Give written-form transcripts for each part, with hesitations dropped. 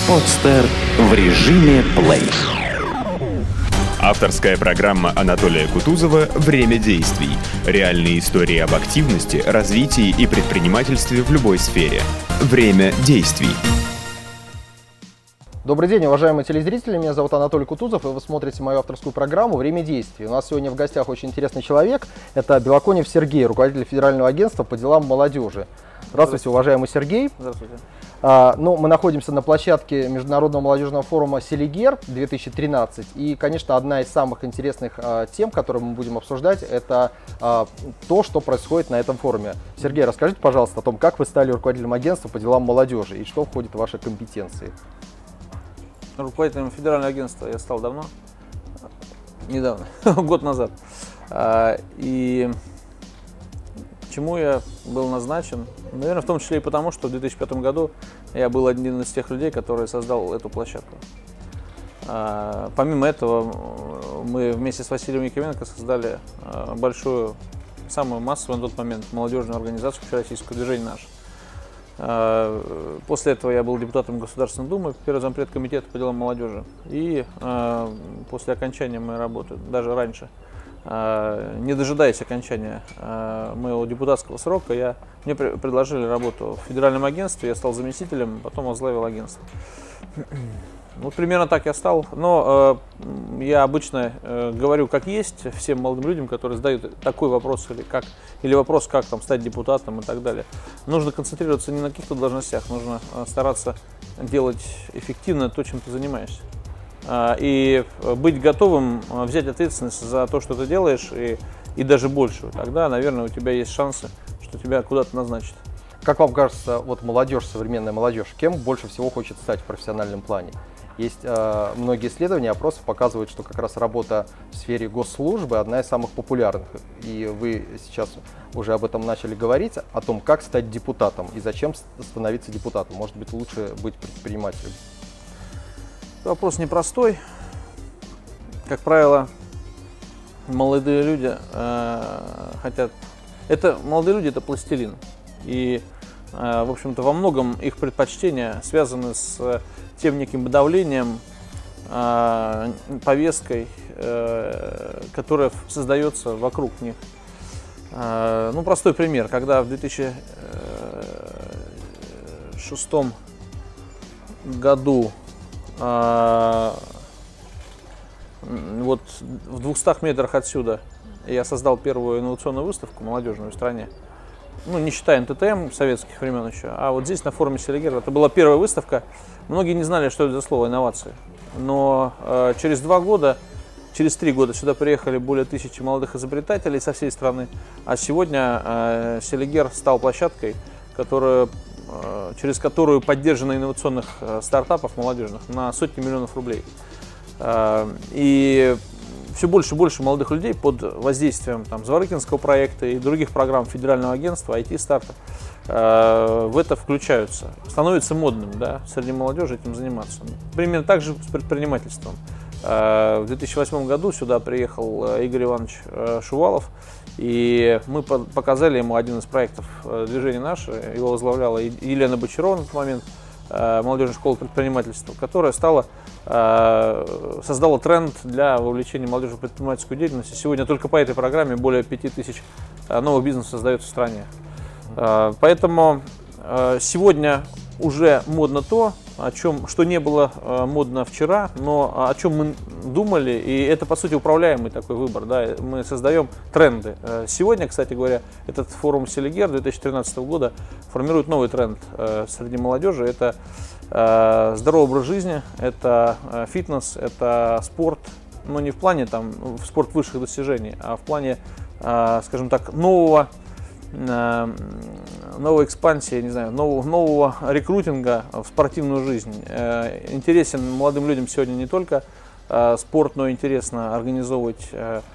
Подстер в режиме плей. Авторская программа Анатолия Кутузова «Время действий». Реальные истории об активности, развитии и предпринимательстве в любой сфере. Время действий. Добрый день, уважаемые телезрители. Меня зовут Анатолий Кутузов, и вы смотрите мою авторскую программу «Время действий». У нас сегодня в гостях очень интересный человек. Это Белоконев Сергей, руководитель Федерального агентства по делам молодежи. Здравствуйте, уважаемый Сергей. Здравствуйте. Мы находимся на площадке Международного молодежного форума «Селигер 2013». И, конечно, одна из самых интересных тем, которые мы будем обсуждать, это то, что происходит на этом форуме. Сергей, расскажите, пожалуйста, о том, как вы стали руководителем агентства по делам молодежи и что входит в ваши компетенции. Руководителем Федерального агентства я стал давно, недавно, год назад. И почему я был назначен? Наверное, в том числе и потому, что в 2005 году я был один из тех людей, который создал эту площадку. Помимо этого, мы вместе с Василием Якименко создали большую, самую массовую на тот момент молодежную организацию «Общероссийское движение наше». После этого я был депутатом Государственной Думы, первый зампред комитета по делам молодежи. И после окончания моей работы, даже раньше, не дожидаясь окончания моего депутатского срока, мне предложили работу в федеральном агентстве, я стал заместителем, потом возглавил агентство. Вот примерно так я стал, но я обычно говорю как есть всем молодым людям, которые задают такой вопрос или вопрос, как там стать депутатом и так далее. Нужно концентрироваться не на каких-то должностях, нужно стараться делать эффективно то, чем ты занимаешься. И быть готовым взять ответственность за то, что ты делаешь, и даже большую. Тогда, наверное, у тебя есть шансы, что тебя куда-то назначат. Как вам кажется, вот молодежь, современная молодежь, кем больше всего хочет стать в профессиональном плане? Есть многие исследования, опросы показывают, что как раз работа в сфере госслужбы одна из самых популярных. И вы сейчас уже об этом начали говорить, о том, как стать депутатом и зачем становиться депутатом. Может быть, лучше быть предпринимателем? Вопрос непростой. Как правило, молодые люди хотят... Молодые люди – это пластилин. И, в общем-то, во многом их предпочтения связаны с тем неким давлением, повесткой, которая создается вокруг них. Простой пример. Когда в 2006 году вот в 200 метрах отсюда я создал первую инновационную выставку молодежную в стране. Не считая НТТМ советских времен еще, а вот здесь на форуме Селигер. Это была первая выставка. Многие не знали, что это за слово инновации. Но через 3 года сюда приехали более 1000 молодых изобретателей со всей страны. А сегодня Селигер стал площадкой, через которую поддержано инновационных стартапов молодежных на сотни миллионов рублей. И все больше и больше молодых людей под воздействием Зворыкинского проекта и других программ Федерального агентства IT-старта в это включаются. Становится модным, среди молодежи этим заниматься. Примерно так же с предпринимательством. В 2008 году сюда приехал Игорь Иванович Шувалов, и мы показали ему один из проектов движения наше. Его возглавляла Елена Бочарова на тот момент, молодежная школа предпринимательства, которая создала тренд для вовлечения молодежи в предпринимательскую деятельность. Сегодня только по этой программе более 5000 новых бизнесов создается в стране. Поэтому сегодня уже модно то, что не было модно вчера, но о чем мы думали, и это, по сути, управляемый такой выбор. Мы создаем тренды. Сегодня, кстати говоря, этот форум Селигер 2013 года формирует новый тренд среди молодежи. Это здоровый образ жизни, это фитнес, это спорт, но не в плане спорт высших достижений, а в плане, скажем так, новой экспансии, нового рекрутинга в спортивную жизнь. Интересен молодым людям сегодня не только спорт, но интересно организовывать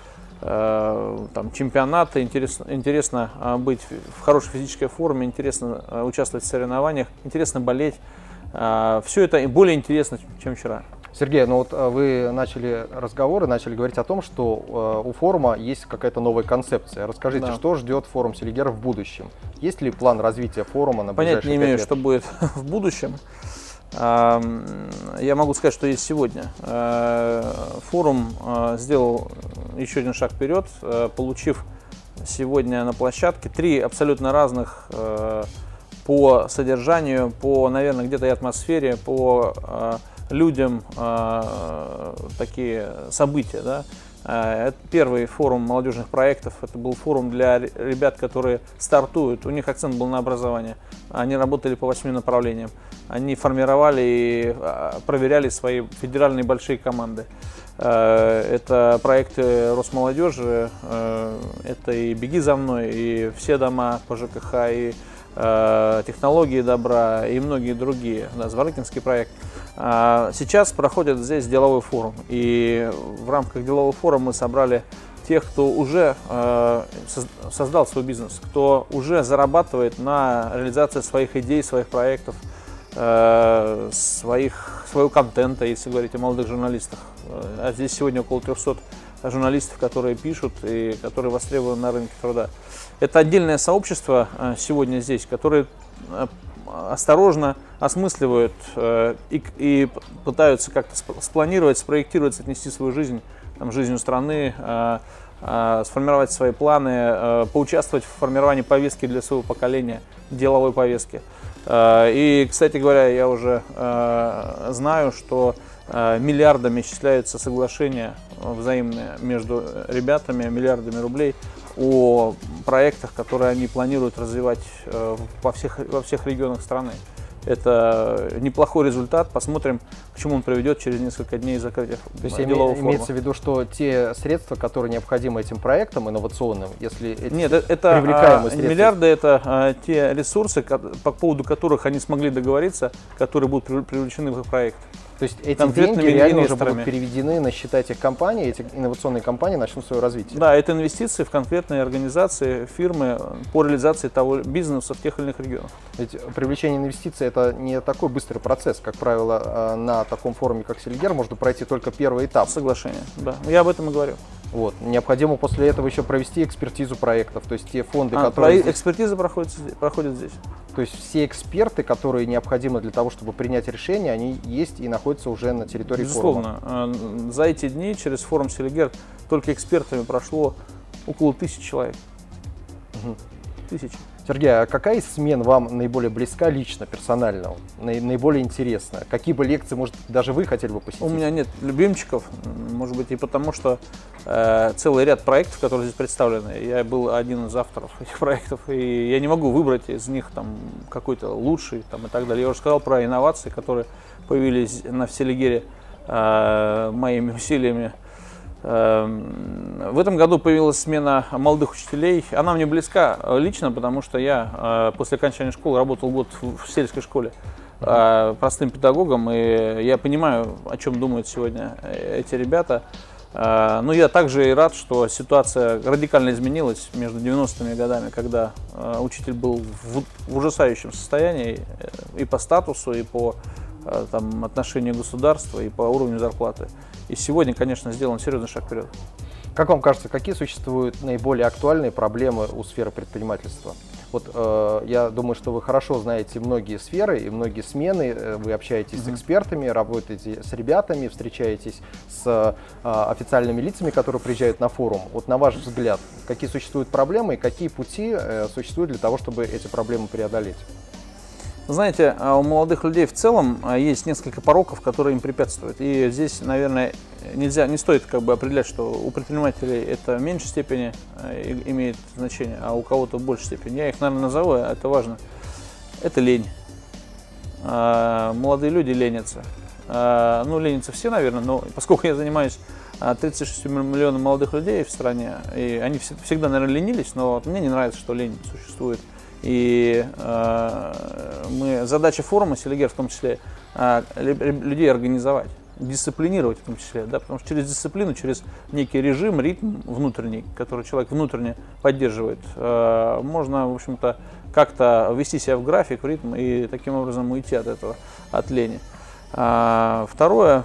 чемпионаты, интересно быть в хорошей физической форме, интересно участвовать в соревнованиях, интересно болеть. Все это более интересно, чем вчера. Сергей, вы начали разговор и начали говорить о том, что у форума есть какая-то новая концепция. Расскажите, что ждет форум Селигер в будущем? Есть ли план развития форума на ближайшие 5 лет? Понятия не имею, что будет в будущем. я могу сказать, что есть сегодня. Форум сделал еще один шаг вперед, получив сегодня на площадке 3 абсолютно разных по содержанию, по, наверное, где-то и атмосфере, по людям такие события. Да? Это первый форум молодежных проектов, это был форум для ребят, которые стартуют, у них акцент был на образование, они работали по 8 направлениям, они формировали и проверяли свои федеральные большие команды. Это проекты Росмолодежи, это и «Беги за мной», и «Все дома» по ЖКХ, и «Технологии добра», и многие другие, да, Зворыкинский проект. Сейчас проходит здесь деловой форум, и в рамках делового форума мы собрали тех, кто уже создал свой бизнес, кто уже зарабатывает на реализации своих идей, своих проектов, своего контента, если говорить о молодых журналистах. А здесь сегодня около 300 журналистов, которые пишут и которые востребованы на рынке труда. Это отдельное сообщество сегодня здесь, которое осторожно осмысливают и пытаются как-то спланировать, спроектировать, отнести свою жизнь, жизнь страны, сформировать свои планы, поучаствовать в формировании повестки для своего поколения, деловой повестки. И, кстати говоря, я уже знаю, что миллиардами исчисляются соглашения взаимные между ребятами, миллиардами рублей о проектах, которые они планируют развивать во всех регионах страны. Это неплохой результат. Посмотрим, к чему он приведет через несколько дней закрытия делового форума. Имеется в виду, что те средства, которые необходимы этим проектам инновационным, если эти привлекаемые средства... Миллиарды – это те ресурсы, по поводу которых они смогли договориться, которые будут привлечены в их проект. То есть эти деньги реально уже будут переведены на счета этих компаний, эти инновационные компании начнут свое развитие? Да, это инвестиции в конкретные организации, фирмы по реализации того бизнеса в тех или иных регионах. Ведь привлечение инвестиций – это не такой быстрый процесс. Как правило, на таком форуме, как Селигер, можно пройти только первый этап. Соглашение, да. Я об этом и говорю. Вот. Необходимо после этого еще провести экспертизу проектов, то есть те фонды, которые... Экспертиза проходит здесь. То есть все эксперты, которые необходимы для того, чтобы принять решение, они есть и находятся уже на территории форума. Безусловно. За эти дни через форум Селигер только экспертами прошло около 1000 человек. 1000. Сергей, а какая из смен вам наиболее близка лично, персонально, наиболее интересна? Какие бы лекции, может, даже вы хотели бы посетить? У меня нет любимчиков, может быть, и потому, что целый ряд проектов, которые здесь представлены, я был один из авторов этих проектов, и я не могу выбрать из них какой-то лучший и так далее. Я уже сказал про инновации, которые появились на Селигере моими усилиями. В этом году появилась смена молодых учителей. Она мне близка лично, потому что я после окончания школы работал год в сельской школе простым педагогом, и я понимаю, о чем думают сегодня эти ребята. Но я также и рад, что ситуация радикально изменилась между 90-ми годами, когда учитель был в ужасающем состоянии и по статусу, и по отношению государства, и по уровню зарплаты. И сегодня, конечно, сделан серьезный шаг вперед. Как вам кажется, какие существуют наиболее актуальные проблемы у сферы предпринимательства? Вот я думаю, что вы хорошо знаете многие сферы и многие смены, вы общаетесь с экспертами, работаете с ребятами, встречаетесь с официальными лицами, которые приезжают на форум. Вот на ваш взгляд, какие существуют проблемы и какие пути существуют для того, чтобы эти проблемы преодолеть? Знаете, у молодых людей в целом есть несколько пороков, которые им препятствуют. И здесь, наверное, не стоит определять, что у предпринимателей это в меньшей степени имеет значение, а у кого-то в большей степени. Я их, наверное, назову, это важно. Это лень. Молодые люди ленятся. Ленятся все, наверное, но поскольку я занимаюсь 36 миллионами молодых людей в стране, и они всегда, наверное, ленились, но мне не нравится, что лень существует. И задача форума Селигер в том числе людей организовать, дисциплинировать в том числе, да, потому что через дисциплину, через некий режим, ритм внутренний, который человек внутренне поддерживает, можно, в общем-то, как-то ввести себя в график, в ритм и таким образом уйти от этого, от лени. Второе,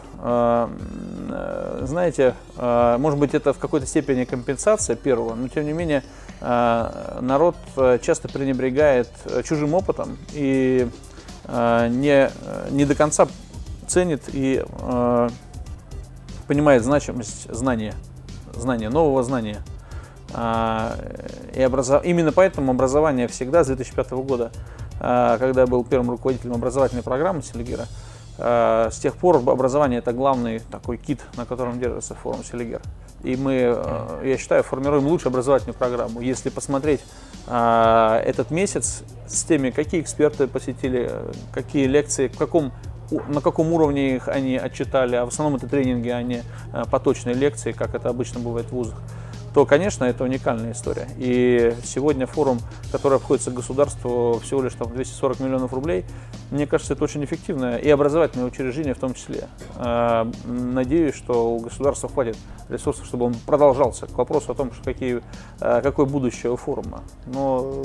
знаете, может быть, это в какой-то степени компенсация первого, но тем не менее народ часто пренебрегает чужим опытом и не до конца ценит и понимает значимость знания, нового знания. Именно поэтому образование всегда с 2005 года, когда я был первым руководителем образовательной программы Селигера, с тех пор образование — это главный такой кит, на котором держится форум Селигер. И мы, я считаю, формируем лучшую образовательную программу. Если посмотреть этот месяц с теми, какие эксперты посетили, какие лекции, на каком уровне их они отчитали, а в основном это тренинги, а не поточные лекции, как это обычно бывает в вузах, то, конечно, это уникальная история. И сегодня форум, который обходится государству всего лишь 240 миллионов рублей, мне кажется, это очень эффективное и образовательное учреждение в том числе. Надеюсь, что у государства хватит ресурсов, чтобы он продолжался. К вопросу о том, что какое будущее у форума. Но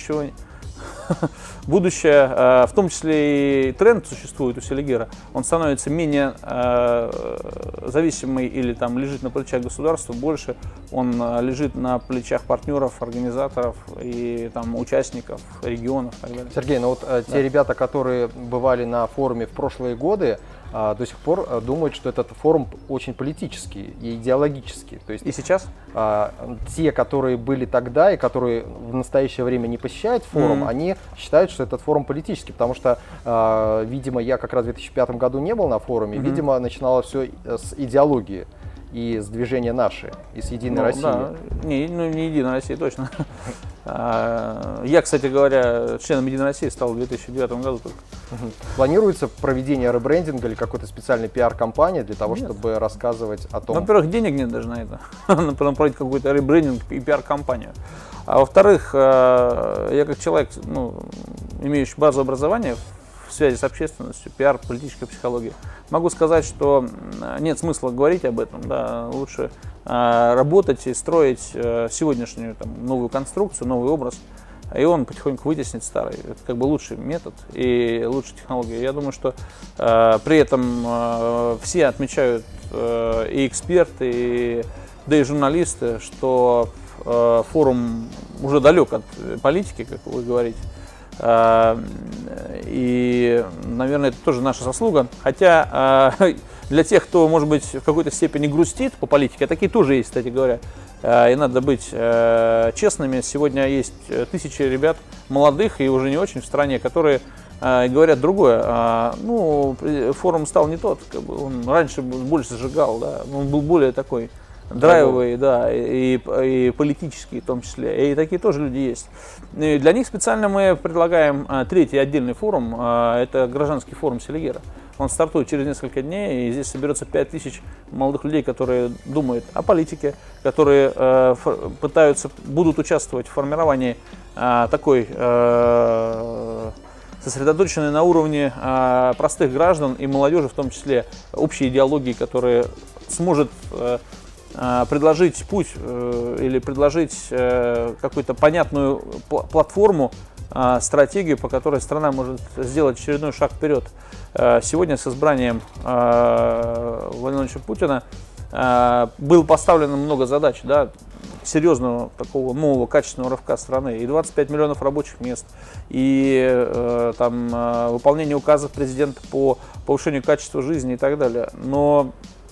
будущее, в том числе и тренд существует у Селигера, он становится менее зависимый или там лежит на плечах государства, больше он лежит на плечах партнеров, организаторов и там участников, регионов и так далее. Сергей, ну вот те ребята, которые бывали на форуме в прошлые годы, до сих пор думают, что этот форум очень политический и идеологический. То есть, и сейчас? Те, которые были тогда и которые в настоящее время не посещают форум, они считают, что этот форум политический, потому что, видимо, я как раз в 2005 году не был на форуме, видимо, начиналось все с идеологии и с движения «Наши», и с «Единой России». Да. Не «Единая Россия», точно. Я, кстати говоря, членом «Единой России» стал в 2009 году только. Планируется проведение ребрендинга или какой-то специальной пиар-кампании для того, чтобы рассказывать о том? Во-первых, денег нет даже на это, на проводить какой-то ребрендинг и пиар-кампанию. А во-вторых, я как человек, имеющий базу образования в связи с общественностью, пиар, политическая психология, могу сказать, что нет смысла говорить об этом. Да, лучше работать и строить сегодняшнюю новую конструкцию, новый образ, и он потихоньку вытеснит старый. Это как бы лучший метод и лучшая технология. Я думаю, что при этом все отмечают, и эксперты, да и журналисты, что форум уже далек от политики, как вы говорите. И, наверное, это тоже наша заслуга. Хотя для тех, кто, может быть, в какой-то степени грустит по политике, а такие тоже есть, кстати говоря, и надо быть честными. Сегодня есть тысячи ребят, молодых и уже не очень в стране, которые говорят другое. Форум стал не тот, он раньше больше зажигал, да, он был более такой драйвовый, да, и политический в том числе, и такие тоже люди есть. И для них специально мы предлагаем третий отдельный форум, это гражданский форум Селигера. Он стартует через несколько дней, и здесь соберется 5000 молодых людей, которые думают о политике, которые будут участвовать в формировании такой сосредоточенной на уровне простых граждан и молодежи, в том числе общей идеологии, которая сможет предложить путь или предложить какую-то понятную платформу, стратегию, по которой страна может сделать очередной шаг вперед. Сегодня с избранием Владимира Путина было поставлено много задач, да, серьезного такого нового качественного рывка страны, и 25 миллионов рабочих мест, и выполнение указов президента по повышению качества жизни и так далее. Но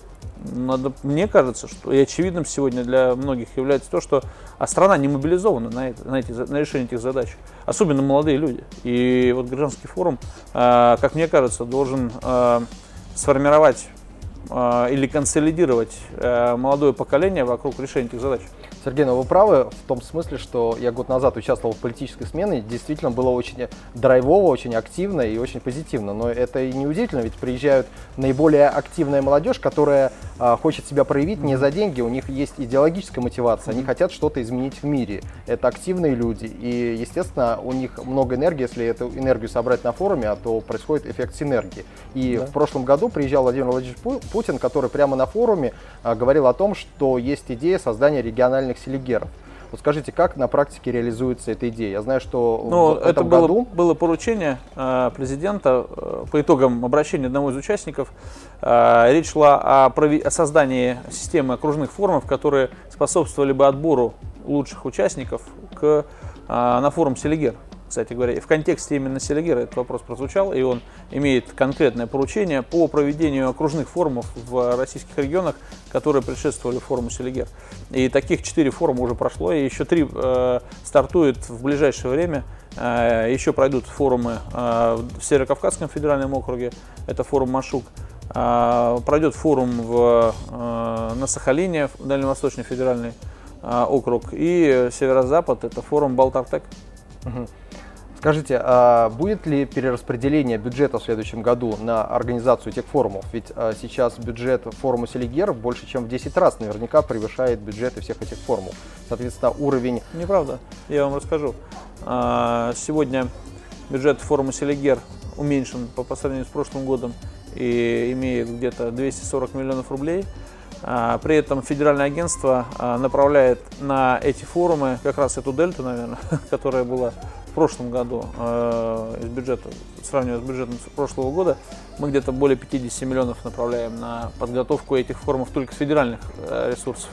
мне кажется, что и очевидным сегодня для многих является то, что страна не мобилизована на решение этих задач, особенно молодые люди. И вот гражданский форум, как мне кажется, должен сформировать или консолидировать молодое поколение вокруг решения этих задач. Сергей, вы правы в том смысле, что я год назад участвовал в политической смене, и действительно было очень драйвово, очень активно и очень позитивно. Но это и не удивительно, ведь приезжают наиболее активная молодежь, которая хочет себя проявить не за деньги, у них есть идеологическая мотивация, они хотят что-то изменить в мире. Это активные люди, и, естественно, у них много энергии, если эту энергию собрать на форуме, то происходит эффект синергии. И в прошлом году приезжал Владимир Владимирович Путин, который прямо на форуме говорил о том, что есть идея создания региональных селигеров. Вот скажите, как на практике реализуется эта идея? Я знаю, что в этом году было поручение президента по итогам обращения одного из участников. Речь шла о создании системы окружных форумов, которые способствовали бы отбору лучших участников на форум Селигер. кстати говоря. И в контексте именно Селигера этот вопрос прозвучал, и он имеет конкретное поручение по проведению окружных форумов в российских регионах, которые предшествовали форуму Селигер. И таких 4 форума уже прошло, и еще 3 стартуют в ближайшее время. Еще пройдут форумы в Северокавказском федеральном округе, это форум Машук. Пройдет форум на Сахалине, Дальневосточный федеральный округ, и Северо-Запад, это форум Балтартек. Скажите, а будет ли перераспределение бюджета в следующем году на организацию этих форумов? Ведь сейчас бюджет форума Селигер больше, чем в 10 раз наверняка превышает бюджеты всех этих форумов. Соответственно, уровень... Неправда, я вам расскажу. Сегодня бюджет форума Селигер уменьшен по сравнению с прошлым годом и имеет где-то 240 миллионов рублей. При этом федеральное агентство направляет на эти форумы как раз эту дельту, наверное, которая была в прошлом году из бюджета, сравнивая с бюджетом прошлого года. Мы где-то более 50 миллионов направляем на подготовку этих форумов только с федеральных ресурсов.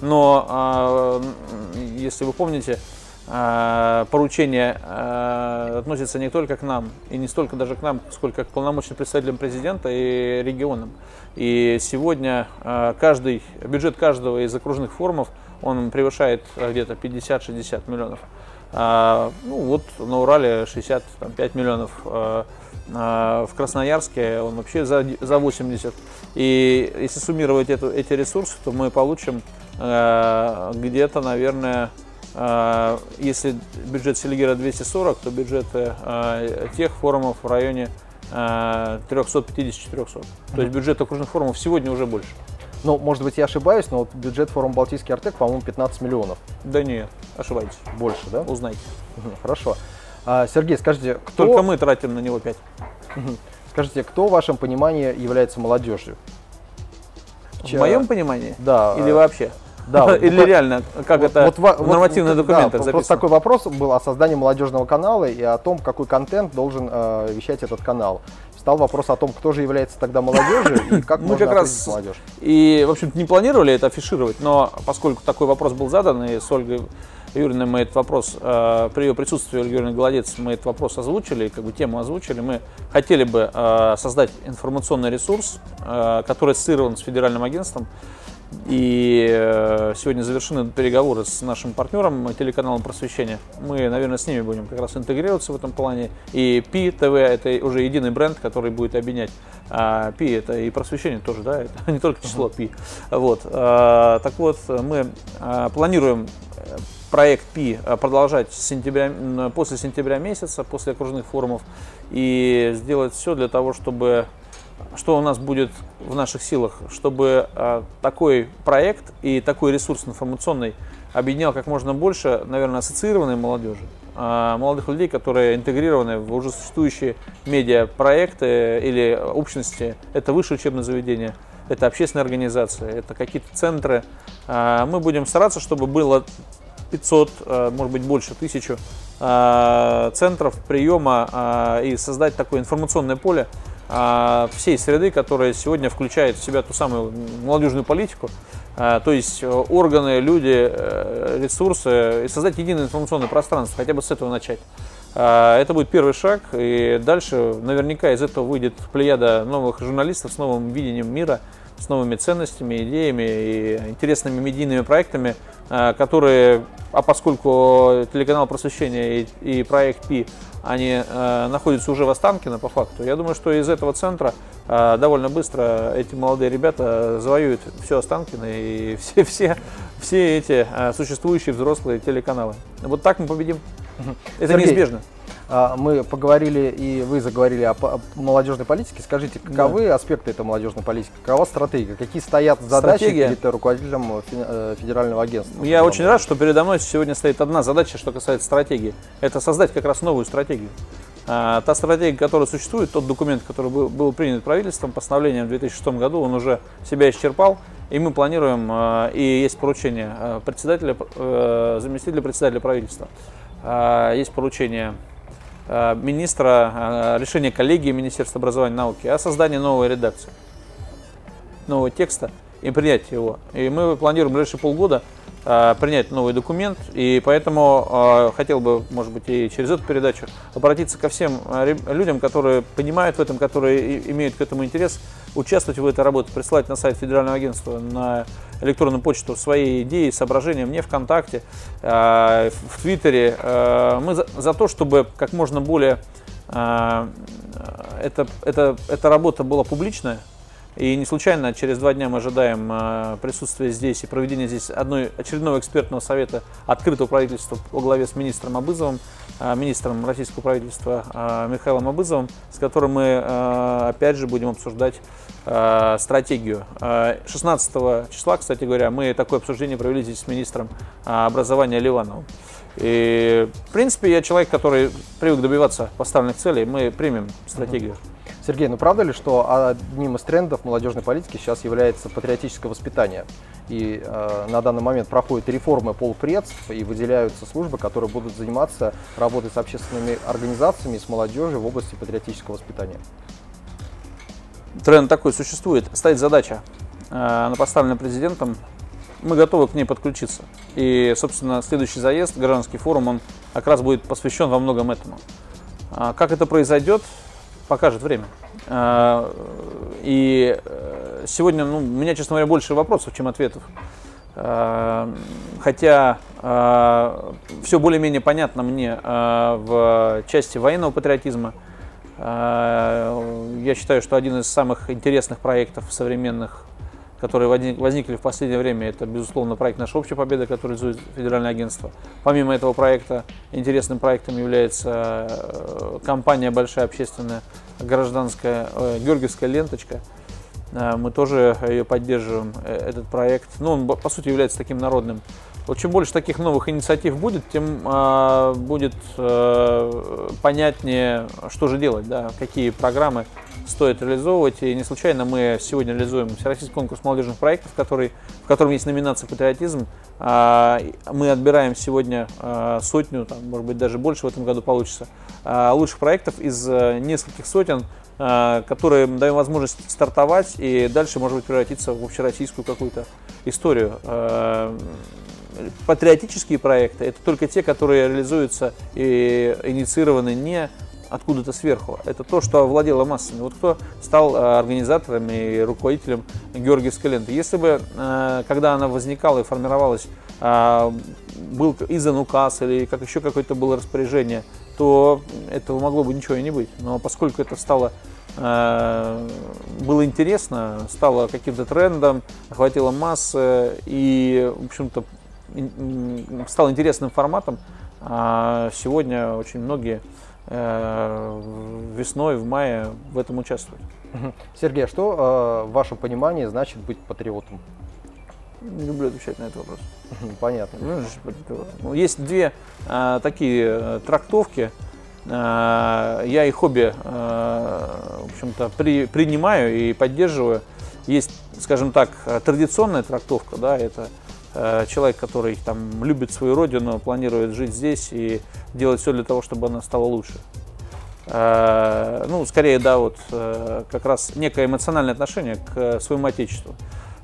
Но, если вы помните, поручение относится не только к нам, и не столько даже к нам, сколько к полномочным представителям президента и регионам. И сегодня бюджет каждого из окружных форумов, он превышает где-то 50-60 миллионов. Ну вот на Урале 65 миллионов, в Красноярске он вообще за 80. И если суммировать эти ресурсы, то мы получим где-то, наверное, если бюджет Селигера 240, то бюджеты тех форумов в районе 350-400. То есть бюджет окружных форумов сегодня уже больше. Ну, может быть, я ошибаюсь, но вот бюджет форума Балтийский Артек, по-моему, 15 миллионов. Да нет, ошибаетесь. Больше, да? Узнайте. Хорошо. Сергей, скажите, кто... Только мы тратим на него 5. Скажите, кто в вашем понимании является молодежью? В моем понимании? Да. Или вообще? Да. Или реально, как это в нормативных документах записано? Просто такой вопрос был о создании молодежного канала и о том, какой контент должен вещать этот канал. Стал вопрос о том, кто же является тогда молодежью и как можно определить молодежь. И, в общем-то, не планировали это афишировать, но поскольку такой вопрос был задан, и с Ольгой Юрьевной мы этот вопрос, при ее присутствии, Ольга Юрьевна Голодец, мы этот вопрос озвучили, как бы тему озвучили, мы хотели бы создать информационный ресурс, который ассоциирован с федеральным агентством. И сегодня завершены переговоры с нашим партнером, телеканалом «Просвещение». Мы, наверное, с ними будем как раз интегрироваться в этом плане. И ПИ ТВ – это уже единый бренд, который будет объединять. ПИ – это и «Просвещение» тоже, да, это не только число ПИ. Вот. Так вот, мы планируем проект ПИ продолжать после сентября месяца, после окружных форумов, и сделать все для того, чтобы... Что у нас будет в наших силах, чтобы такой проект и такой ресурс информационный объединял как можно больше, наверное, ассоциированной молодежи, молодых людей, которые интегрированы в уже существующие медиапроекты или общности. Это высшее учебное заведение, это общественные организации, это какие-то центры. Мы будем стараться, чтобы было 500, может быть больше, 1000 центров приема и создать такое информационное поле всей среды, которая сегодня включает в себя ту самую молодежную политику, то есть органы, люди, ресурсы, и создать единое информационное пространство, хотя бы с этого начать. Это будет первый шаг, и дальше наверняка из этого выйдет плеяда новых журналистов с новым видением мира, с новыми ценностями, идеями и интересными медийными проектами, которые, поскольку телеканал «Просвещение» и проект ПИ, они находятся уже в Останкино по факту, я думаю, что из этого центра довольно быстро эти молодые ребята завоюют все Останкино и все эти существующие взрослые телеканалы. Вот так мы победим. Это Сергей, неизбежно. Мы поговорили, и вы заговорили о молодежной политике. Скажите, каковы аспекты этой молодежной политики? Какова стратегия? Какие стоят задачи перед руководителем федерального агентства? Я очень рад, что передо мной сегодня стоит одна задача, что касается стратегии. Это создать как раз новую стратегию. Та стратегия, которая существует, тот документ, который был принят правительством, постановлением в 2006 году, он уже себя исчерпал. И мы планируем, и есть поручение заместителя председателя правительства, есть поручение министра, решение коллегии Министерства образования и науки о создании новой редакции, нового текста и принятии его. И мы планируем в ближайшие полгода принять новый документ, и поэтому хотел бы, может быть, и через эту передачу обратиться ко всем людям, которые понимают в этом, которые имеют к этому интерес, участвовать в этой работе, присылать на сайт Федерального агентства на электронную почту свои идеи, соображения, мне ВКонтакте, в Твиттере. Мы за то, чтобы как можно более эта работа была публичная. И не случайно через 2 дня мы ожидаем присутствия здесь и проведения здесь очередного экспертного совета открытого правительства во главе с министром Абызовым, министром российского правительства Михаилом Абызовым, с которым мы опять же будем обсуждать стратегию. 16 числа, кстати говоря, мы такое обсуждение провели здесь с министром образования Ливановым. И, в принципе, я человек, который привык добиваться поставленных целей, мы примем стратегию. Сергей, ну правда ли, что одним из трендов молодежной политики сейчас является патриотическое воспитание? И на данный момент проходят реформы полпредств и выделяются службы, которые будут заниматься работой с общественными организациями и с молодежью в области патриотического воспитания. Тренд такой существует. Стоит задача, она поставлена президентом. Мы готовы к ней подключиться. И, собственно, следующий заезд, гражданский форум, он как раз будет посвящен во многом этому. Как это произойдет, покажет время. И сегодня, у меня, честно говоря, больше вопросов, чем ответов. Хотя все более-менее понятно мне в части военного патриотизма. Я считаю, что один из самых интересных проектов современных, которые возникли в последнее время, это, безусловно, проект «Наша общая победа», который реализует Федеральное агентство. Помимо этого проекта, интересным проектом является кампания большая общественная, гражданская, «Георгиевская ленточка». Мы тоже ее поддерживаем, этот проект. Он, по сути, является таким народным. Вот чем больше таких новых инициатив будет, тем будет понятнее, что же делать, да, какие программы стоит реализовывать. И не случайно мы сегодня реализуем всероссийский конкурс молодежных проектов, в котором есть номинация «Патриотизм». Мы отбираем сегодня сотню, может быть, даже больше в этом году получится, лучших проектов из нескольких сотен, которые даем возможность стартовать и дальше, может быть, превратиться в общероссийскую какую-то историю. Патриотические проекты – это только те, которые реализуются и инициированы не откуда-то сверху. Это то, что овладело массами. Вот кто стал организатором и руководителем Георгиевской ленты. Если бы, когда она возникала и формировалась, был издан указ или еще какое-то было распоряжение, то этого могло бы ничего и не быть. Но поскольку это было интересно, стало каким-то трендом, охватило массы и, в общем-то, стал интересным форматом, сегодня очень многие весной, в мае в этом участвуют. Сергей, а что в вашем понимании значит быть патриотом? Не люблю отвечать на этот вопрос. Понятно. Есть две такие трактовки. Я их обе, в общем-то, принимаю и поддерживаю. Есть, скажем так, традиционная трактовка, да, это человек, который любит свою родину, планирует жить здесь и делать все для того, чтобы она стала лучше. Скорее, да, как раз некое эмоциональное отношение к своему отечеству.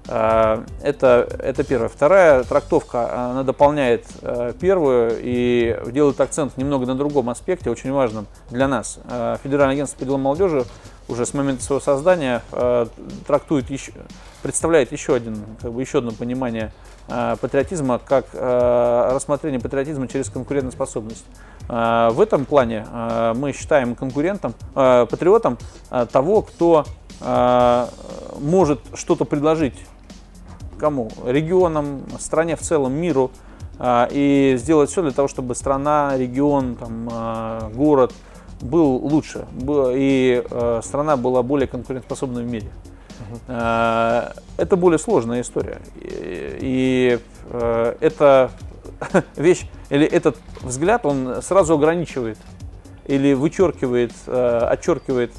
Это первое. Вторая трактовка, она дополняет первую и делает акцент немного на другом аспекте, очень важном для нас. Федеральное агентство по делам молодежи уже с момента своего создания представляет еще одно понимание патриотизма, как рассмотрение патриотизма через конкурентоспособность. В этом плане мы считаем патриотом того, кто может что-то предложить кому? Регионам, стране в целом, миру, и сделать все для того, чтобы страна, регион, город был лучше, и страна была более конкурентоспособной в мире. Это более сложная история. И эта вещь, или этот взгляд, он сразу ограничивает или вычеркивает, отчеркивает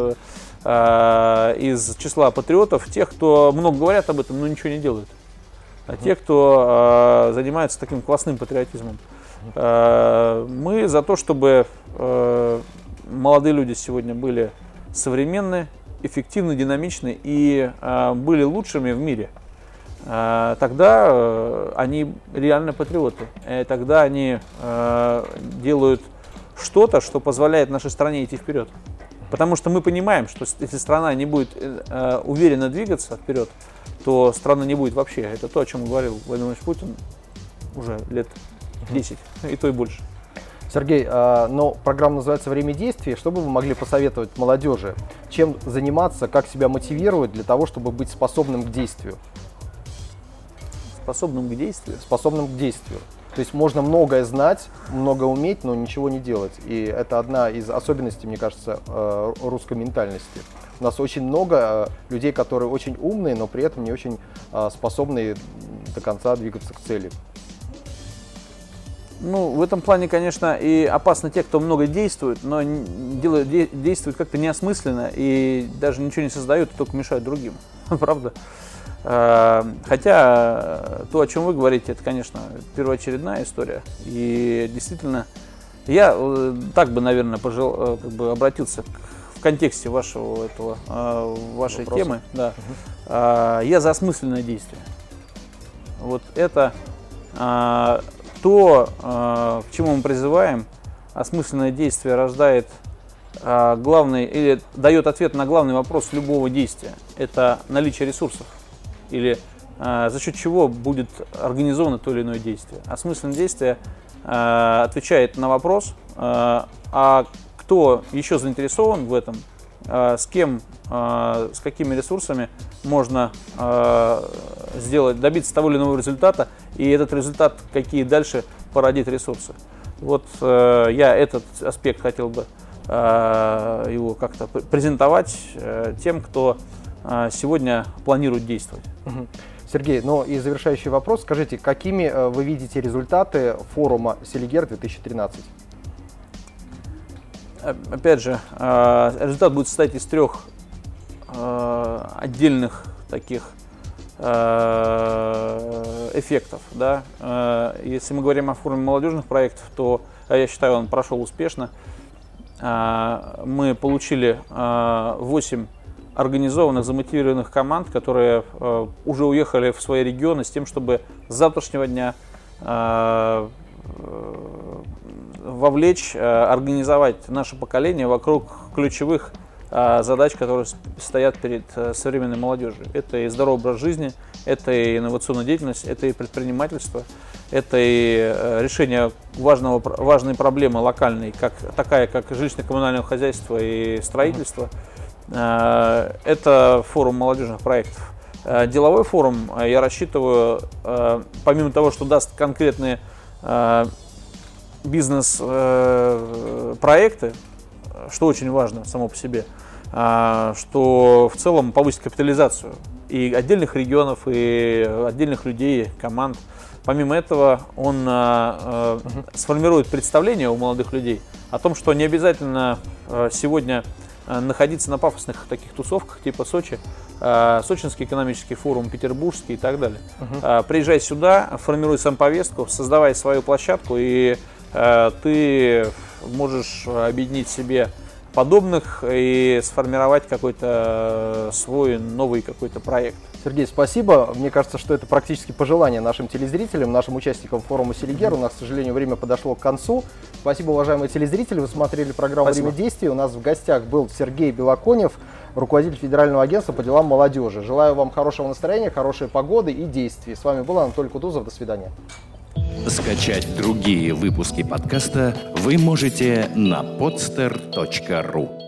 из числа патриотов тех, кто много говорят об этом, но ничего не делают. А те, кто занимается таким классным патриотизмом. Мы за то, чтобы молодые люди сегодня были современны, эффективны, динамичны и были лучшими в мире. тогда они реально патриоты. Тогда они делают что-то, что позволяет нашей стране идти вперед. Потому что мы понимаем, что если страна не будет уверенно двигаться вперед, то страны не будет вообще. Это то, о чем говорил Владимир Владимирович Путин уже лет 10, и то и больше. Сергей, но программа называется «Время действий». Что бы вы могли посоветовать молодежи? Чем заниматься, как себя мотивировать для того, чтобы быть способным к действию? Способным к действию? Способным к действию. То есть можно многое знать, много уметь, но ничего не делать. И это одна из особенностей, мне кажется, русской ментальности. У нас очень много людей, которые очень умные, но при этом не очень способны до конца двигаться к цели. Ну, в этом плане, конечно, и опасно те, кто много действует, но действуют как-то неосмысленно и даже ничего не создают, а только мешают другим. Правда? Хотя то, о чем вы говорите, это, конечно, первоочередная история. И действительно, я так бы, наверное, обратился в контексте вашей темы. Да. Я за осмысленное действие. Вот это то, к чему мы призываем. Осмысленное действие рождает главный или дает ответ на главный вопрос любого действия. Это наличие ресурсов. Или за счет чего будет организовано то или иное действие. Осмысленное действие отвечает на вопрос, а кто еще заинтересован в этом, с кем, с какими ресурсами можно добиться того или иного результата, и этот результат какие дальше породит ресурсы. Вот я этот аспект хотел бы его как-то презентовать тем, кто сегодня планирует действовать. Сергей, ну и завершающий вопрос. Скажите, какими вы видите результаты форума Селигер 2013? Опять же, результат будет состоять из трех отдельных таких эффектов. Да? Если мы говорим о форуме молодежных проектов, то я считаю, он прошел успешно. Мы получили 8 организованных, замотивированных команд, которые уже уехали в свои регионы с тем, чтобы с завтрашнего дня вовлечь, организовать наше поколение вокруг ключевых задач, которые стоят перед современной молодежью. Это и здоровый образ жизни, это и инновационная деятельность, это и предпринимательство, это и решение важной проблемы локальной, такая как жилищно-коммунальное хозяйство и строительство. Это форум молодежных проектов. Деловой форум, я рассчитываю, помимо того, что даст конкретные бизнес-проекты, что очень важно само по себе, что в целом повысит капитализацию и отдельных регионов, и отдельных людей, команд. Помимо этого, он сформирует представление у молодых людей о том, что не обязательно сегодня находиться на пафосных таких тусовках типа Сочи, Сочинский экономический форум, Петербургский и так далее. Приезжай сюда, формируй сам повестку, создавай свою площадку, и ты можешь объединить себе подобных и сформировать какой-то свой новый какой-то проект. Сергей, спасибо. Мне кажется, что это практически пожелание нашим телезрителям, нашим участникам форума Селигер. У нас, к сожалению, время подошло к концу. Спасибо, уважаемые телезрители. Вы смотрели программу «Время действий». У нас в гостях был Сергей Белоконев, руководитель Федерального агентства по делам молодежи. Желаю вам хорошего настроения, хорошей погоды и действий. С вами был Анатолий Кутузов. До свидания. Скачать другие выпуски подкаста вы можете на podster.ru.